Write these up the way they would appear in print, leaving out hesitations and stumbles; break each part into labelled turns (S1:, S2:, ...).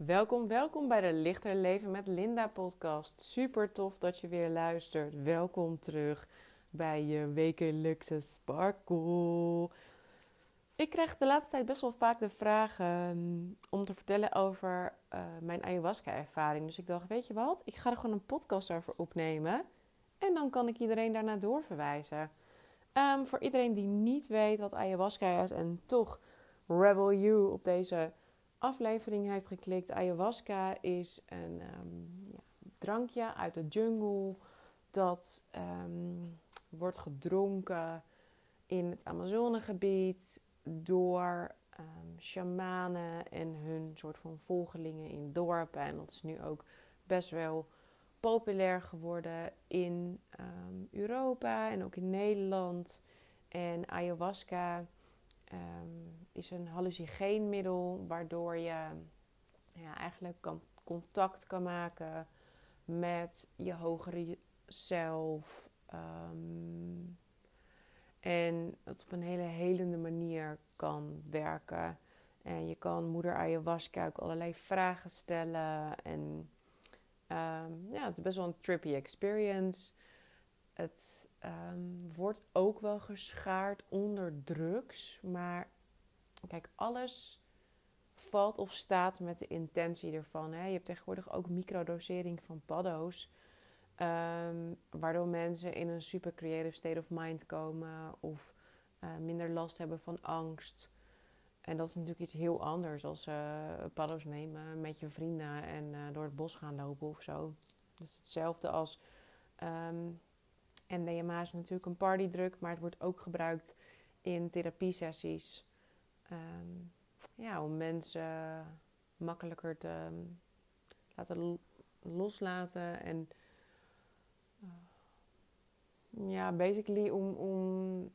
S1: Welkom bij de Lichter Leven met Linda podcast. Super tof dat je weer luistert. Welkom terug bij je wekelijkse sparkle. Ik krijg de laatste tijd best wel vaak de vraag om te vertellen over mijn ayahuasca ervaring. Dus ik dacht, weet je wat? Ik ga er gewoon een podcast over opnemen. En dan kan ik iedereen daarna doorverwijzen. Voor iedereen die niet weet wat ayahuasca is en toch Rebel You op deze aflevering heeft geklikt. Ayahuasca is een drankje uit de jungle dat wordt gedronken in het Amazonegebied door shamanen en hun soort van volgelingen in dorpen. En dat is nu ook best wel populair geworden in Europa en ook in Nederland. En ayahuasca is een hallucinogeenmiddel waardoor je eigenlijk contact kan maken met je hogere zelf. En het op een hele helende manier kan werken. En je kan moeder ayahuasca ook allerlei vragen stellen. En het is best wel een trippy experience. Het wordt ook wel geschaard onder drugs. Maar kijk, alles valt of staat met de intentie ervan. Hè? Je hebt tegenwoordig ook microdosering van paddo's. Waardoor mensen in een super creative state of mind komen. Of minder last hebben van angst. En dat is natuurlijk iets heel anders als paddo's nemen met je vrienden en door het bos gaan lopen of zo. Dat is hetzelfde als MDMA is natuurlijk een partydrug, maar het wordt ook gebruikt in therapiesessies. Om mensen makkelijker te laten loslaten en basically om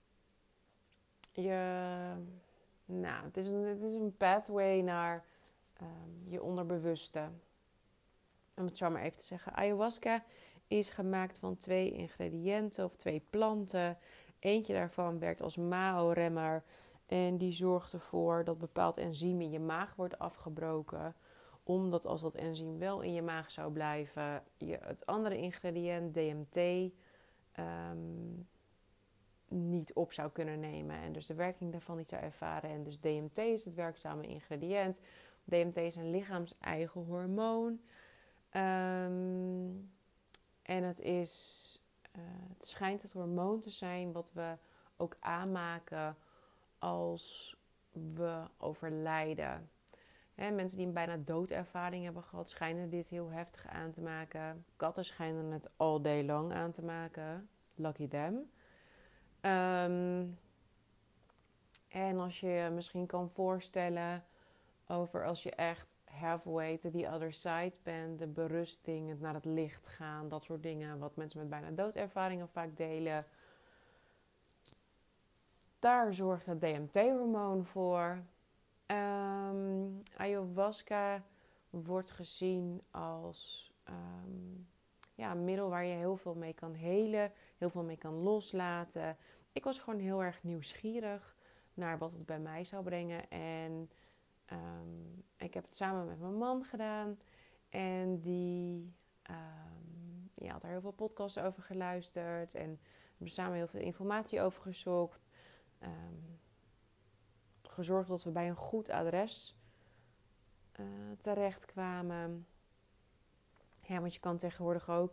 S1: je... het is een pathway naar je onderbewuste. Om het zo maar even te zeggen. Ayahuasca is gemaakt van 2 ingrediënten of 2 planten. Eentje daarvan werkt als MAO-remmer. En die zorgt ervoor dat bepaald enzym in je maag wordt afgebroken. Omdat als dat enzym wel in je maag zou blijven, je het andere ingrediënt, DMT, niet op zou kunnen nemen. En dus de werking daarvan niet zou ervaren. En dus DMT is het werkzame ingrediënt. DMT is een lichaams-eigen hormoon. En het schijnt het hormoon te zijn wat we ook aanmaken als we overlijden. Mensen die een bijna doodervaring hebben gehad, schijnen dit heel heftig aan te maken. Katten schijnen het all day long aan te maken. Lucky them. En als je je misschien kan voorstellen over als je echt halfway to the other side bent, de berusting, het naar het licht gaan, dat soort dingen wat mensen met bijna doodervaringen vaak delen. Daar zorgt het DMT-hormoon voor. Ayahuasca wordt gezien als een middel waar je heel veel mee kan helen, heel veel mee kan loslaten. Ik was gewoon heel erg nieuwsgierig naar wat het bij mij zou brengen. En ik heb het samen met mijn man gedaan. En die had er heel veel podcasts over geluisterd. En we hebben samen heel veel informatie over gezocht. Gezorgd dat we bij een goed adres terecht kwamen. Ja, want je kan tegenwoordig ook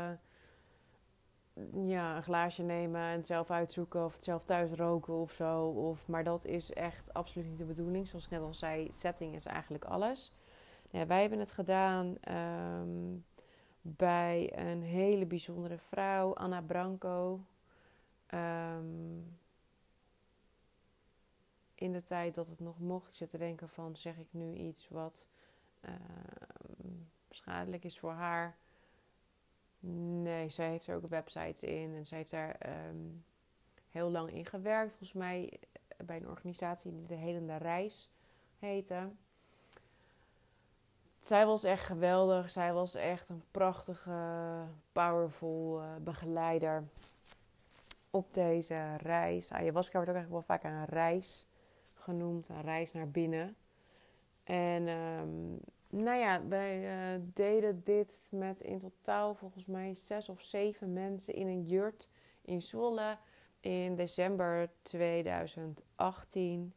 S1: een glaasje nemen en het zelf uitzoeken of het zelf thuis roken of zo. Maar dat is echt absoluut niet de bedoeling. Zoals ik net al zei, setting is eigenlijk alles. Ja, wij hebben het gedaan bij een hele bijzondere vrouw, Anna Branco. In de tijd dat het nog mocht. Ik zit te denken van, zeg ik nu iets wat schadelijk is voor haar? Nee, zij heeft er ook websites in. En zij heeft daar heel lang in gewerkt. Volgens mij bij een organisatie die de Helende Reis heette. Zij was echt geweldig. Zij was echt een prachtige, powerful begeleider op deze reis. Ayahuasca wordt ook eigenlijk wel vaak een reis genoemd. Een reis naar binnen. En Nou ja, wij deden dit met in totaal volgens mij 6 of 7 mensen in een jurt in Zwolle in december 2018.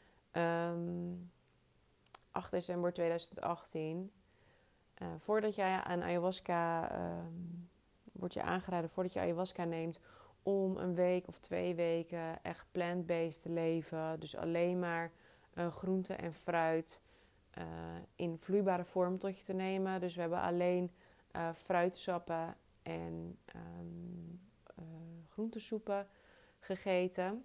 S1: 8 december 2018. Voordat jij aan ayahuasca wordt je aangeraden, voordat je ayahuasca neemt, om een week of 2 weken echt plant-based te leven. Dus alleen maar groente en fruit in vloeibare vorm tot je te nemen. Dus we hebben alleen fruitsappen en groentesoepen gegeten.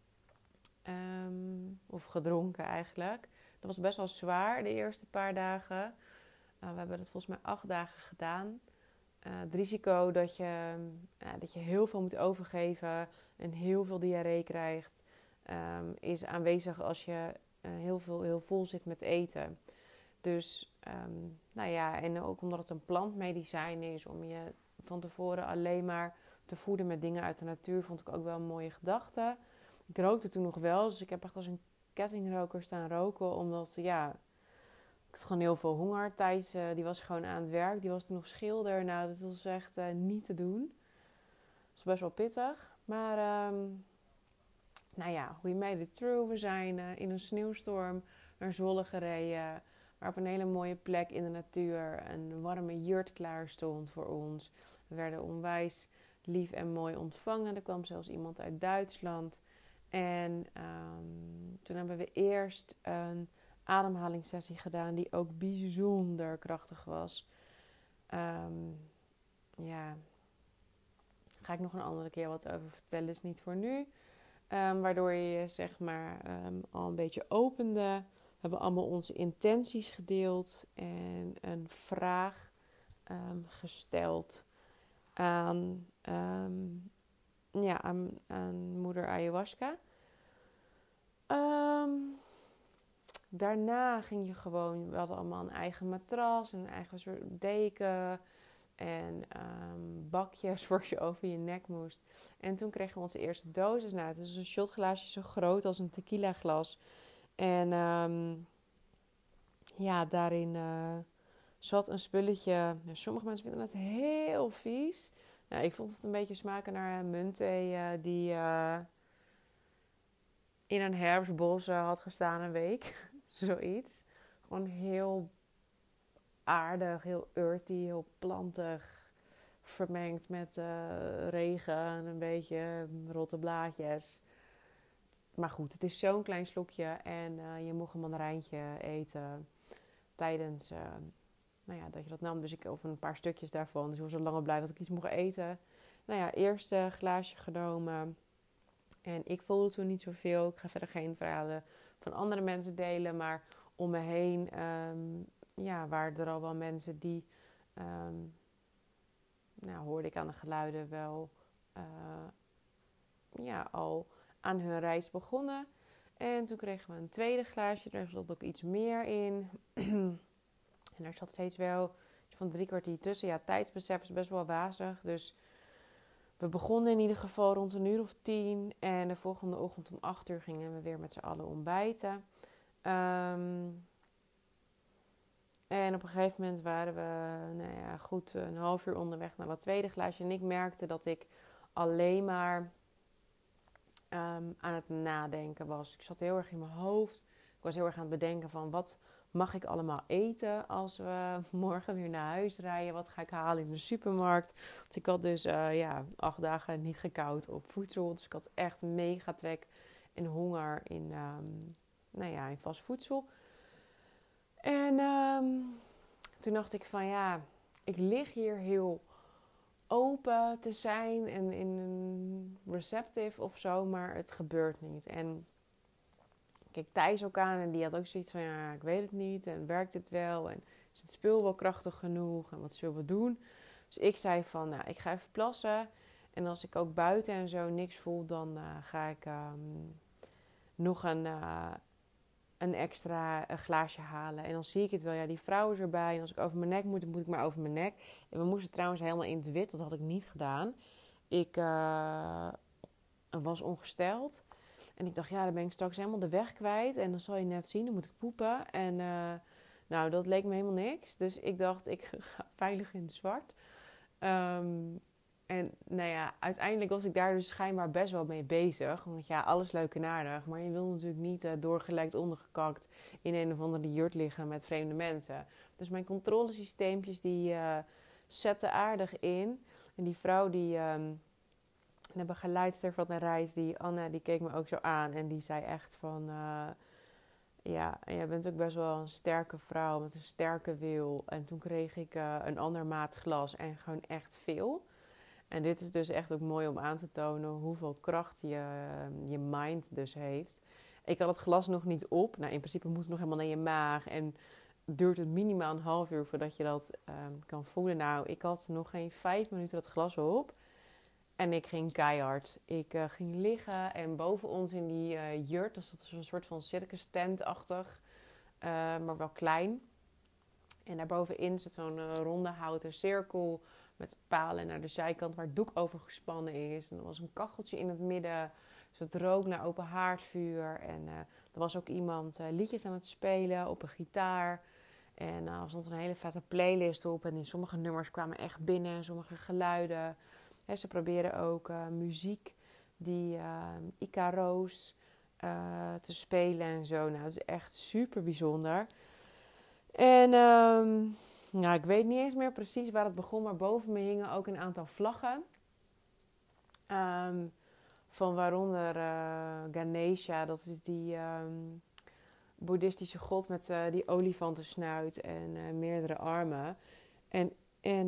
S1: Of gedronken eigenlijk. Dat was best wel zwaar de eerste paar dagen. We hebben het volgens mij 8 dagen gedaan. Het risico dat je heel veel moet overgeven en heel veel diarree krijgt, is aanwezig als je heel vol zit met eten. Dus, nou ja, en ook omdat het een plantmedicijn is, om je van tevoren alleen maar te voeden met dingen uit de natuur, vond ik ook wel een mooie gedachte. Ik rookte toen nog wel, dus ik heb echt als een kettingroker staan roken, omdat, ja, ik had gewoon heel veel honger. Thijs, die was gewoon aan het werk, die was toen nog schilder. Nou, dat was echt niet te doen. Dat was best wel pittig. Maar, nou ja, we made it through. We zijn in een sneeuwstorm naar Zwolle gereden, waar op een hele mooie plek in de natuur een warme jurt klaar stond voor ons. We werden onwijs lief en mooi ontvangen. Er kwam zelfs iemand uit Duitsland. En toen hebben we eerst een ademhalingssessie gedaan die ook bijzonder krachtig was. Ja, ga ik nog een andere keer wat over vertellen, is niet voor nu. Waardoor je je zeg maar al een beetje opende. We hebben allemaal onze intenties gedeeld en een vraag gesteld aan moeder ayahuasca. Daarna ging je gewoon, we hadden allemaal een eigen matras, een eigen soort deken en bakjes voor je over je nek moest. En toen kregen we onze eerste dosis. Nou, het is een shotglaasje zo groot als een tequila glas. En ja, daarin zat een spulletje. Nou, sommige mensen vinden het heel vies. Nou, ik vond het een beetje smaken naar muntthee die in een herfstbos had gestaan een week. Zoiets. Gewoon heel aardig, heel earthy, heel plantig. Vermengd met regen en een beetje rotte blaadjes. Maar goed, het is zo'n klein slokje. En je mocht een mandarijntje eten tijdens dat je dat nam. Dus of een paar stukjes daarvan. Dus ik was zo lang blij dat ik iets mocht eten. Nou ja, eerst glaasje genomen. En ik voelde toen niet zoveel. Ik ga verder geen verhalen van andere mensen delen. Maar om me heen waren er al wel mensen die... hoorde ik aan de geluiden wel al aan hun reis begonnen. En toen kregen we een tweede glaasje. Daar zat ook iets meer in. En er zat steeds wel van 3 kwartier tussen. Ja, tijdsbesef is best wel wazig. Dus we begonnen in ieder geval rond 10:00. En de volgende ochtend om 8:00 gingen we weer met z'n allen ontbijten. En op een gegeven moment waren we goed een half uur onderweg naar dat tweede glaasje. En ik merkte dat ik alleen maar aan het nadenken was. Ik zat heel erg in mijn hoofd. Ik was heel erg aan het bedenken van wat mag ik allemaal eten als we morgen weer naar huis rijden. Wat ga ik halen in de supermarkt. Want ik had dus 8 dagen niet gekauwd op voedsel. Dus ik had echt mega trek en honger in vast voedsel. En toen dacht ik van ik lig hier heel open te zijn en in receptive of zo, maar het gebeurt niet. En ik keek Thijs ook aan en die had ook zoiets van ik weet het niet en werkt het wel en is het spul wel krachtig genoeg en wat zullen we doen? Dus ik zei van ik ga even plassen en als ik ook buiten en zo niks voel, dan ga ik nog een extra glaasje halen. En dan zie ik het wel. Ja, die vrouw is erbij. En als ik over mijn nek moet, dan moet ik maar over mijn nek. En we moesten trouwens helemaal in het wit. Dat had ik niet gedaan. Ik was ongesteld. En ik dacht, dan ben ik straks helemaal de weg kwijt. En dan zal je net zien, dan moet ik poepen. En Nou, dat leek me helemaal niks. Dus ik dacht, ik ga veilig in het zwart. En nou ja, uiteindelijk was ik daar dus schijnbaar best wel mee bezig. Want ja, alles leuk en aardig. Maar je wil natuurlijk niet doorgelijkt ondergekakt in een of andere jurt liggen met vreemde mensen. Dus mijn controlesysteempjes die zetten aardig in. En die vrouw die... de begeleidster van de reis, die Anna, die keek me ook zo aan. En die zei echt van... ja, en jij bent ook best wel een sterke vrouw met een sterke wil. En toen kreeg ik een ander maat glas en gewoon echt veel. En dit is dus echt ook mooi om aan te tonen hoeveel kracht je mind dus heeft. Ik had het glas nog niet op. Nou, in principe moet het nog helemaal naar je maag. En duurt het minimaal een half uur voordat je dat kan voelen. Nou, ik had nog geen 5 minuten dat glas op. En ik ging keihard. Ik ging liggen en boven ons in die jurt, dus dat is een soort van circus tentachtig, maar wel klein. En daarbovenin zit zo'n ronde houten cirkel met palen naar de zijkant waar het doek over gespannen is. En er was een kacheltje in het midden, dus het rook naar open haardvuur. En er was ook iemand liedjes aan het spelen op een gitaar. En er stond een hele vette playlist op en sommige nummers kwamen echt binnen, sommige geluiden. Ze proberen ook muziek die Icaro's te spelen en zo. Nou, dat is echt super bijzonder. En nou, ik weet niet eens meer precies waar het begon, maar boven me hingen ook een aantal vlaggen. Van waaronder Ganesha, dat is die boeddhistische god met die olifantensnuit en meerdere armen. En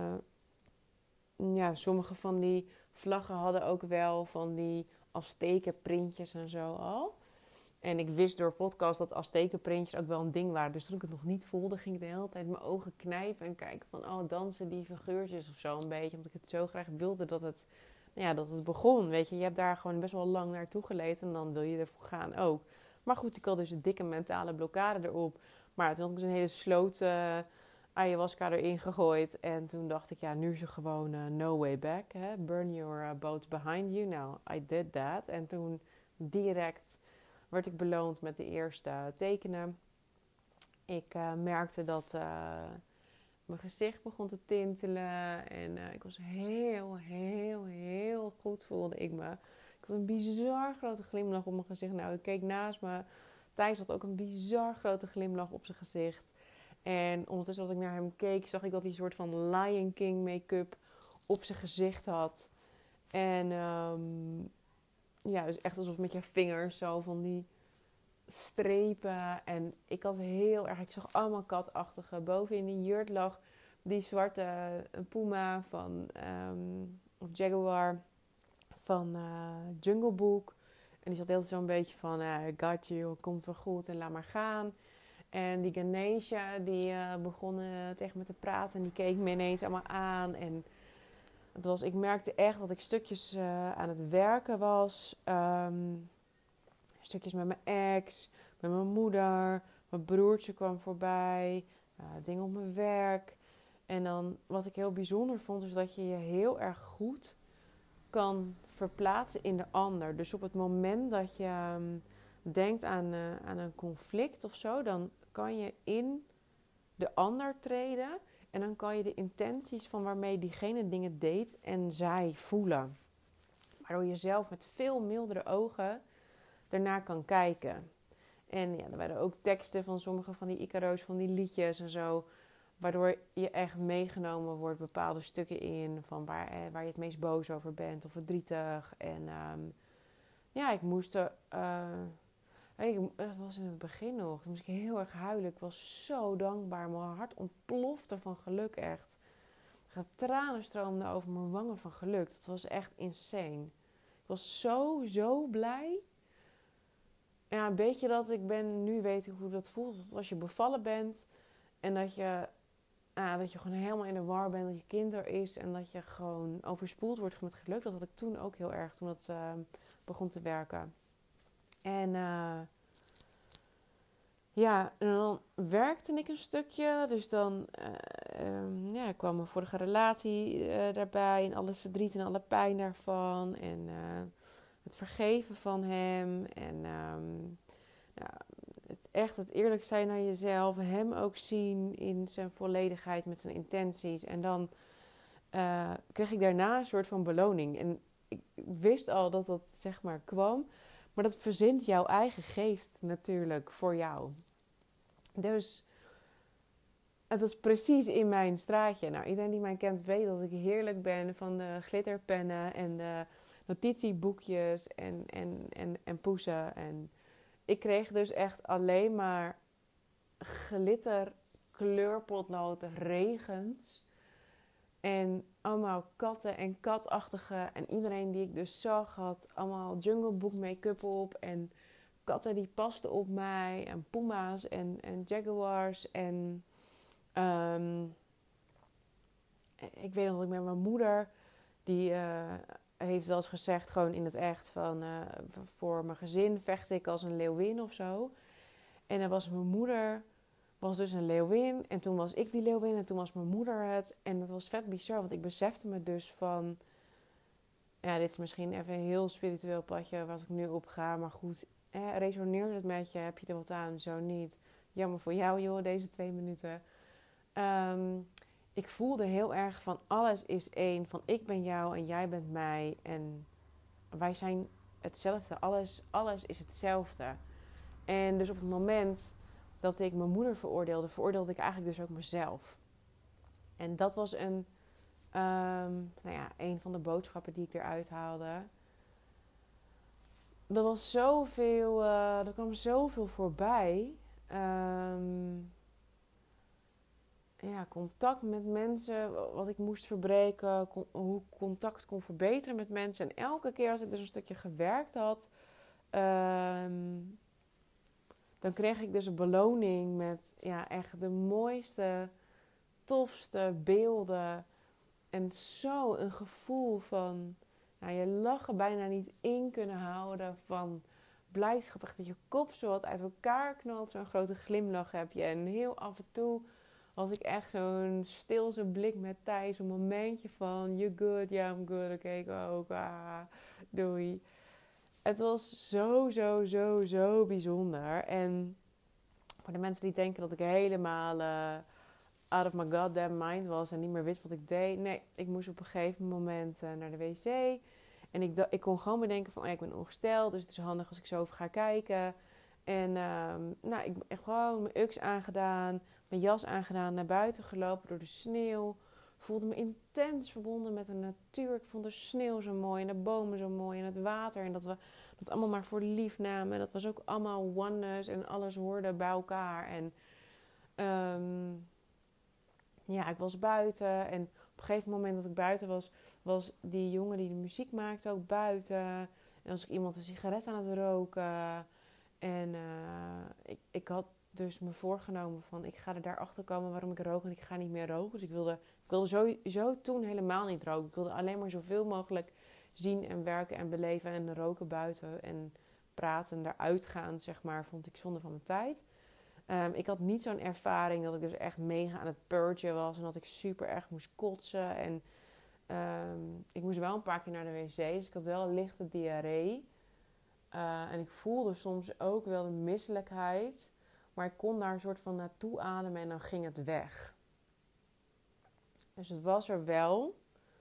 S1: ja, sommige van die vlaggen hadden ook wel van die Aztekenprintjes en zo al. En ik wist door podcast dat Aztekenprintjes ook wel een ding waren. Dus toen ik het nog niet voelde, ging ik de hele tijd mijn ogen knijpen en kijken van, oh, dansen die figuurtjes of zo een beetje. Omdat ik het zo graag wilde dat het, nou ja, dat het begon. Weet je hebt daar gewoon best wel lang naartoe geleefd en dan wil je ervoor gaan ook. Maar goed, ik had dus een dikke mentale blokkade erop. Maar toen had ik dus een hele sloot ayahuasca erin gegooid. En toen dacht ik, ja, nu is er gewoon no way back. Hè? Burn your boats behind you. Nou, I did that. En toen direct werd ik beloond met de eerste tekenen. Ik merkte dat mijn gezicht begon te tintelen. En ik was heel goed, voelde ik me. Ik had een bizar grote glimlach op mijn gezicht. Nou, ik keek naast me. Thijs had ook een bizar grote glimlach op zijn gezicht. En ondertussen dat ik naar hem keek, zag ik dat hij een soort van Lion King make-up op zijn gezicht had. En ja, dus echt alsof met je vingers zo van die strepen. En ik had ik zag allemaal katachtige. Boven in die jurt lag die zwarte puma van, of jaguar van Jungle Book. En die zat heel zo'n beetje van, got you, komt wel goed en laat maar gaan. En die Ganesha, die begon tegen me te praten en die keek me ineens allemaal aan. En ik merkte echt dat ik stukjes aan het werken was. Stukjes met mijn ex, met mijn moeder. Mijn broertje kwam voorbij. Dingen op mijn werk. En dan, wat ik heel bijzonder vond, is dat je je heel erg goed kan verplaatsen in de ander. Dus op het moment dat je denkt aan een conflict of zo, dan kan je in de ander treden en dan kan je de intenties van waarmee diegene dingen deed en zij voelen. Waardoor je zelf met veel mildere ogen ernaar kan kijken. En ja, er waren ook teksten van sommige van die Icaro's, van die liedjes en zo, waardoor je echt meegenomen wordt bepaalde stukken in van waar je het meest boos over bent of verdrietig. En ja, ik moest het was in het begin nog. Toen moest ik heel erg huilen. Ik was zo dankbaar. Mijn hart ontplofte van geluk echt. De tranen stroomden over mijn wangen van geluk. Het was echt insane. Ik was zo blij. Ja, een beetje dat ik nu weet hoe dat voelt. Dat als je bevallen bent en dat je gewoon helemaal in de war bent. Dat je kind er is en dat je gewoon overspoeld wordt met geluk. Dat had ik toen ook heel erg toen het begon te werken. En ja, en dan werkte ik een stukje. Dus dan kwam mijn vorige relatie daarbij. En alle verdriet en alle pijn daarvan. En het vergeven van hem. En echt het eerlijk zijn naar jezelf. Hem ook zien in zijn volledigheid met zijn intenties. En dan kreeg ik daarna een soort van beloning. En ik wist al dat dat zeg maar kwam. Maar dat verzint jouw eigen geest natuurlijk voor jou. Dus het was precies in mijn straatje. Nou, iedereen die mij kent weet dat ik heerlijk ben van de glitterpennen en de notitieboekjes en poesen. En ik kreeg dus echt alleen maar glitter, kleurpotloden, regens. En allemaal katten en katachtige. En iedereen die ik dus zag had allemaal Jungle Book make-up op. En katten die pasten op mij. En puma's en jaguars. En ik weet nog dat ik met mijn moeder... Die heeft wel eens gezegd, gewoon in het echt... van voor mijn gezin vecht ik als een leeuwin of zo. En dan was mijn moeder... was dus een leeuwin. En toen was ik die leeuwin. En toen was mijn moeder het. En dat was vet bizar. Want ik besefte me dus van... Ja, dit is misschien even een heel spiritueel padje waar ik nu op ga. Maar goed, resoneert het met je? Heb je er wat aan? Zo niet. Jammer voor jou, joh, deze 2 minuten. Ik voelde heel erg van alles is één. Van ik ben jou en jij bent mij. En wij zijn hetzelfde. Alles is hetzelfde. En dus op het moment... dat ik mijn moeder veroordeelde ik eigenlijk dus ook mezelf. En dat was een van de boodschappen die ik eruit haalde. Er was zoveel, er kwam zoveel voorbij. Contact met mensen, wat ik moest verbreken, hoe ik contact kon verbeteren met mensen. En elke keer als ik dus een stukje gewerkt had... dan kreeg ik dus een beloning met echt de mooiste, tofste beelden. En zo een gevoel van... je lachen bijna niet in kunnen houden van blijdschap. Echt dat je kop zo wat uit elkaar knalt. Zo'n grote glimlach heb je. En heel af en toe was ik echt zo'n stilse blik met Thijs. Een momentje van, you good, yeah I'm good, oké, ik ook. Doei. Het was zo bijzonder. En voor de mensen die denken dat ik helemaal out of my goddamn mind was en niet meer wist wat ik deed. Nee, ik moest op een gegeven moment naar de wc. En ik kon gewoon bedenken van, ik ben ongesteld. Dus het is handig als ik zo over ga kijken. En ik heb gewoon mijn UX aangedaan. Mijn jas aangedaan. Naar buiten gelopen door de sneeuw. Voelde me intens verbonden met de natuur. Ik vond de sneeuw zo mooi. En de bomen zo mooi. En het water. En dat we dat allemaal maar voor lief namen. En dat was ook allemaal oneness. En alles hoorde bij elkaar. En ik was buiten. En op een gegeven moment dat ik buiten was... was die jongen die de muziek maakte ook buiten. En was ook iemand een sigaret aan het roken. En ik had dus me voorgenomen van... ik ga er daar achter komen waarom ik rook en ik ga niet meer roken. Dus ik wilde sowieso toen helemaal niet roken. Ik wilde alleen maar zoveel mogelijk zien en werken en beleven en roken buiten. En praten en daaruit gaan, zeg maar, vond ik zonde van mijn tijd. Ik had niet zo'n ervaring dat ik dus echt mega aan het purgen was. En dat ik super erg moest kotsen. En ik moest wel een paar keer naar de wc. Dus ik had wel een lichte diarree. En ik voelde soms ook wel de misselijkheid. Maar ik kon daar een soort van naartoe ademen en dan ging het weg. Dus het was er wel.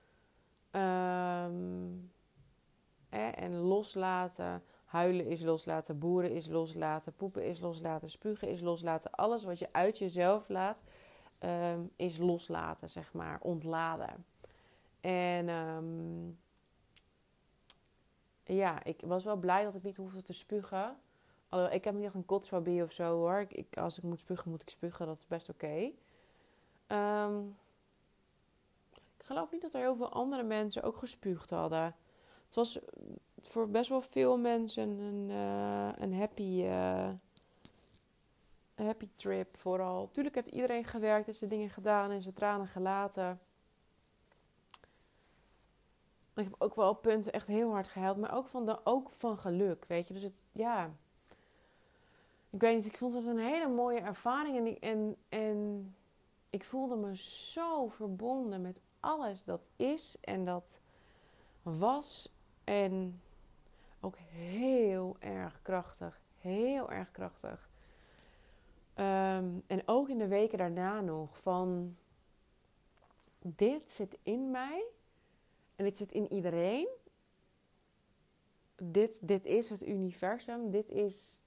S1: En loslaten. Huilen is loslaten. Boeren is loslaten. Poepen is loslaten. Spugen is loslaten. Alles wat je uit jezelf laat is loslaten, zeg maar. Ontladen. En ik was wel blij dat ik niet hoefde te spugen. Alhoewel, ik heb niet echt een kotsfobie of zo hoor. Als ik moet spugen, moet ik spugen. Dat is best oké. Ik geloof niet dat er heel veel andere mensen ook gespuugd hadden. Het was voor best wel veel mensen een happy trip vooral. Tuurlijk heeft iedereen gewerkt en zijn dingen gedaan en zijn tranen gelaten. Ik heb ook wel op punten echt heel hard gehuild. Maar ook van geluk, weet je. Dus ik weet niet, ik vond het een hele mooie ervaring. En ik voelde me zo verbonden met alles dat is en dat was. En ook heel erg krachtig. Heel erg krachtig. En ook in de weken daarna nog van... Dit zit in mij. En dit zit in iedereen. Dit is het universum. Dit is...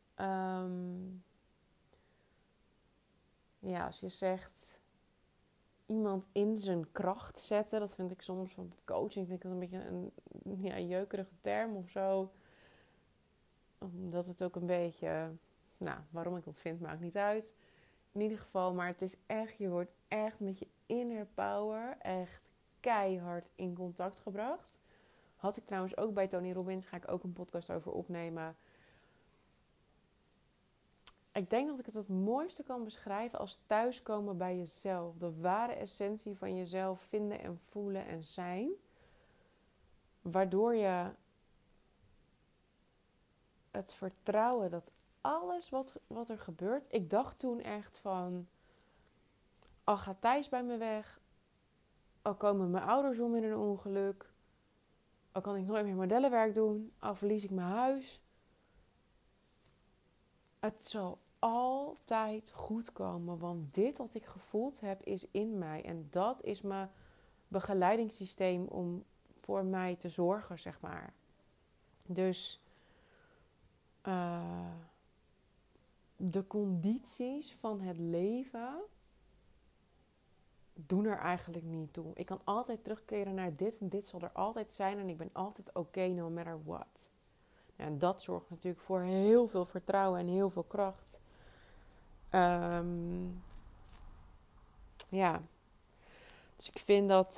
S1: als je zegt... Iemand in zijn kracht zetten. Dat vind ik soms van coaching. Vind ik dat een beetje een jeukerige term of zo. Omdat het ook een beetje... waarom ik dat vind maakt niet uit. In ieder geval, maar het is echt... Je wordt echt met je inner power echt keihard in contact gebracht. Had ik trouwens ook bij Tony Robbins. Ga ik ook een podcast over opnemen. Ik denk dat ik het mooiste kan beschrijven als thuiskomen bij jezelf. De ware essentie van jezelf vinden en voelen en zijn. Waardoor je het vertrouwen dat alles wat er gebeurt... Ik dacht toen echt van... Al gaat Thijs bij me weg. Al komen mijn ouders om in een ongeluk. Al kan ik nooit meer modellenwerk doen. Al verlies ik mijn huis. Het zal altijd goed komen. Want dit wat ik gevoeld heb is in mij. En dat is mijn begeleidingssysteem om voor mij te zorgen, zeg maar. Dus de condities van het leven doen er eigenlijk niet toe. Ik kan altijd terugkeren naar dit en dit zal er altijd zijn en ik ben altijd oké, no matter what. Ja, en dat zorgt natuurlijk voor heel veel vertrouwen en heel veel kracht. Dus ik vind dat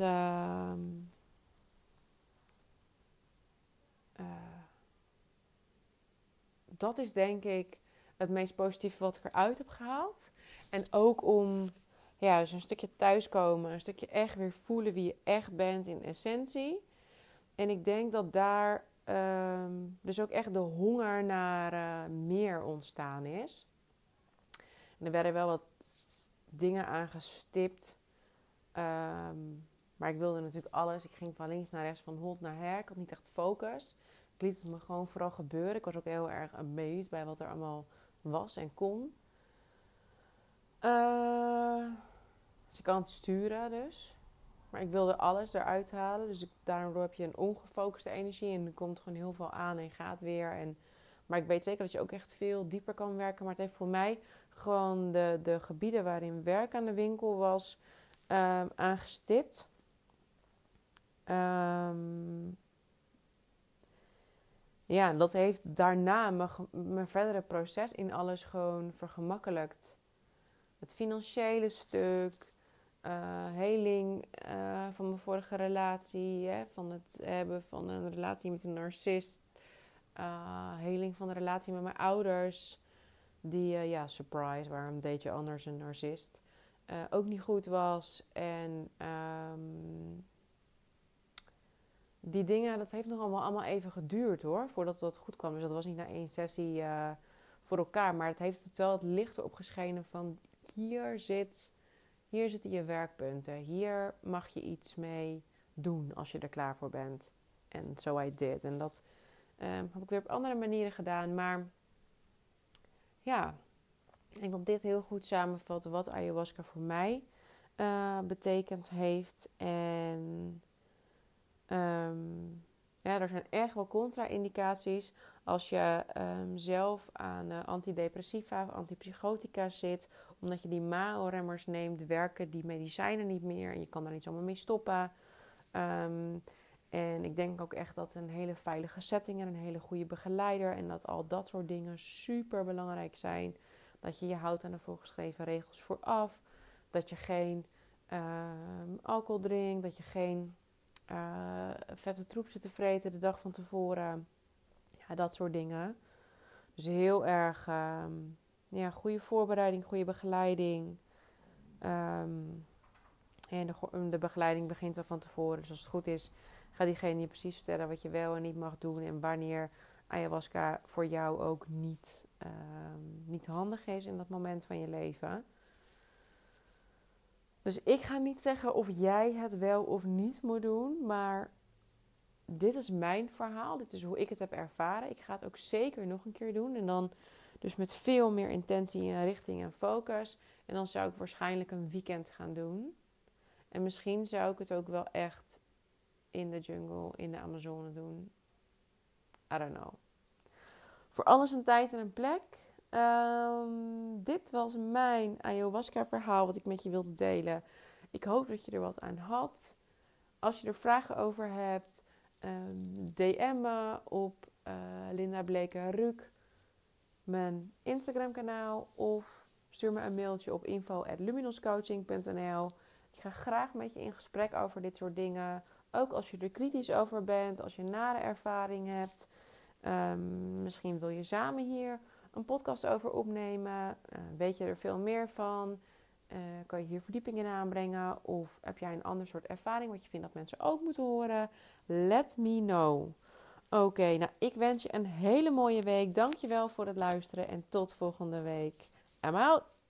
S1: dat is denk ik het meest positieve wat ik eruit heb gehaald. En ook om dus een stukje thuiskomen, een stukje echt weer voelen wie je echt bent in essentie. En ik denk dat daar dus ook echt de honger naar meer ontstaan is. En er werden wel wat dingen aangestipt. Maar ik wilde natuurlijk alles. Ik ging van links naar rechts, van hot naar her. Ik had niet echt focus. Ik liet het me gewoon vooral gebeuren. Ik was ook heel erg amazed bij wat er allemaal was en kon. Dus ik kan het sturen dus. Maar ik wilde alles eruit halen. Dus daardoor heb je een ongefocuste energie. En er komt gewoon heel veel aan en gaat weer. Maar ik weet zeker dat je ook echt veel dieper kan werken. Maar het heeft voor mij gewoon de gebieden waarin werk aan de winkel was aangestipt. En dat heeft daarna mijn verdere proces in alles gewoon vergemakkelijkt. Het financiële stuk, heling van mijn vorige relatie, van het hebben van een relatie met een narcist, heling van de relatie met mijn ouders, die, surprise, waarom deed je anders een narcist, ook niet goed was. En die dingen, dat heeft nog allemaal even geduurd hoor, voordat dat goed kwam. Dus dat was niet na 1 sessie voor elkaar, maar het heeft het wel het licht erop geschenen van hier zitten je werkpunten. Hier mag je iets mee doen als je er klaar voor bent. En so I did. En dat heb ik weer op andere manieren gedaan. Maar ja, ik denk dat dit heel goed samenvat wat ayahuasca voor mij betekend heeft. En er zijn echt wel contra-indicaties als je zelf aan antidepressiva of antipsychotica zit. Omdat je die MAO-remmers neemt, werken die medicijnen niet meer. En je kan daar niet zomaar mee stoppen. En ik denk ook echt dat een hele veilige setting en een hele goede begeleider. En dat al dat soort dingen super belangrijk zijn. Dat je je houdt aan de voorgeschreven regels vooraf. Dat je geen alcohol drinkt. Dat je geen vette troep zit te vreten de dag van tevoren. Ja, dat soort dingen. Dus heel erg goede voorbereiding, goede begeleiding. En de begeleiding begint wel van tevoren. Dus als het goed is, gaat diegene je precies vertellen wat je wel en niet mag doen. En wanneer ayahuasca voor jou ook niet handig is in dat moment van je leven. Dus ik ga niet zeggen of jij het wel of niet moet doen. Maar dit is mijn verhaal. Dit is hoe ik het heb ervaren. Ik ga het ook zeker nog een keer doen. En dan Dus met veel meer intentie en richting en focus. En dan zou ik waarschijnlijk een weekend gaan doen. En misschien zou ik het ook wel echt in de jungle, in de Amazone doen. I don't know. Voor alles een tijd en een plek. Dit was mijn ayahuasca verhaal wat ik met je wilde delen. Ik hoop dat je er wat aan had. Als je er vragen over hebt, DM me op Linda Bleker-Ruuk, mijn Instagram kanaal, of stuur me een mailtje op info@luminoscoaching.nl. Ik ga graag met je in gesprek over dit soort dingen. Ook als je er kritisch over bent, als je een nare ervaring hebt. Misschien wil je samen hier een podcast over opnemen. Weet je er veel meer van? Kan je hier verdieping in aanbrengen? Of heb jij een ander soort ervaring wat je vindt dat mensen ook moeten horen? Let me know. Oké, nou ik wens je een hele mooie week. Dankjewel voor het luisteren en tot volgende week. I'm out!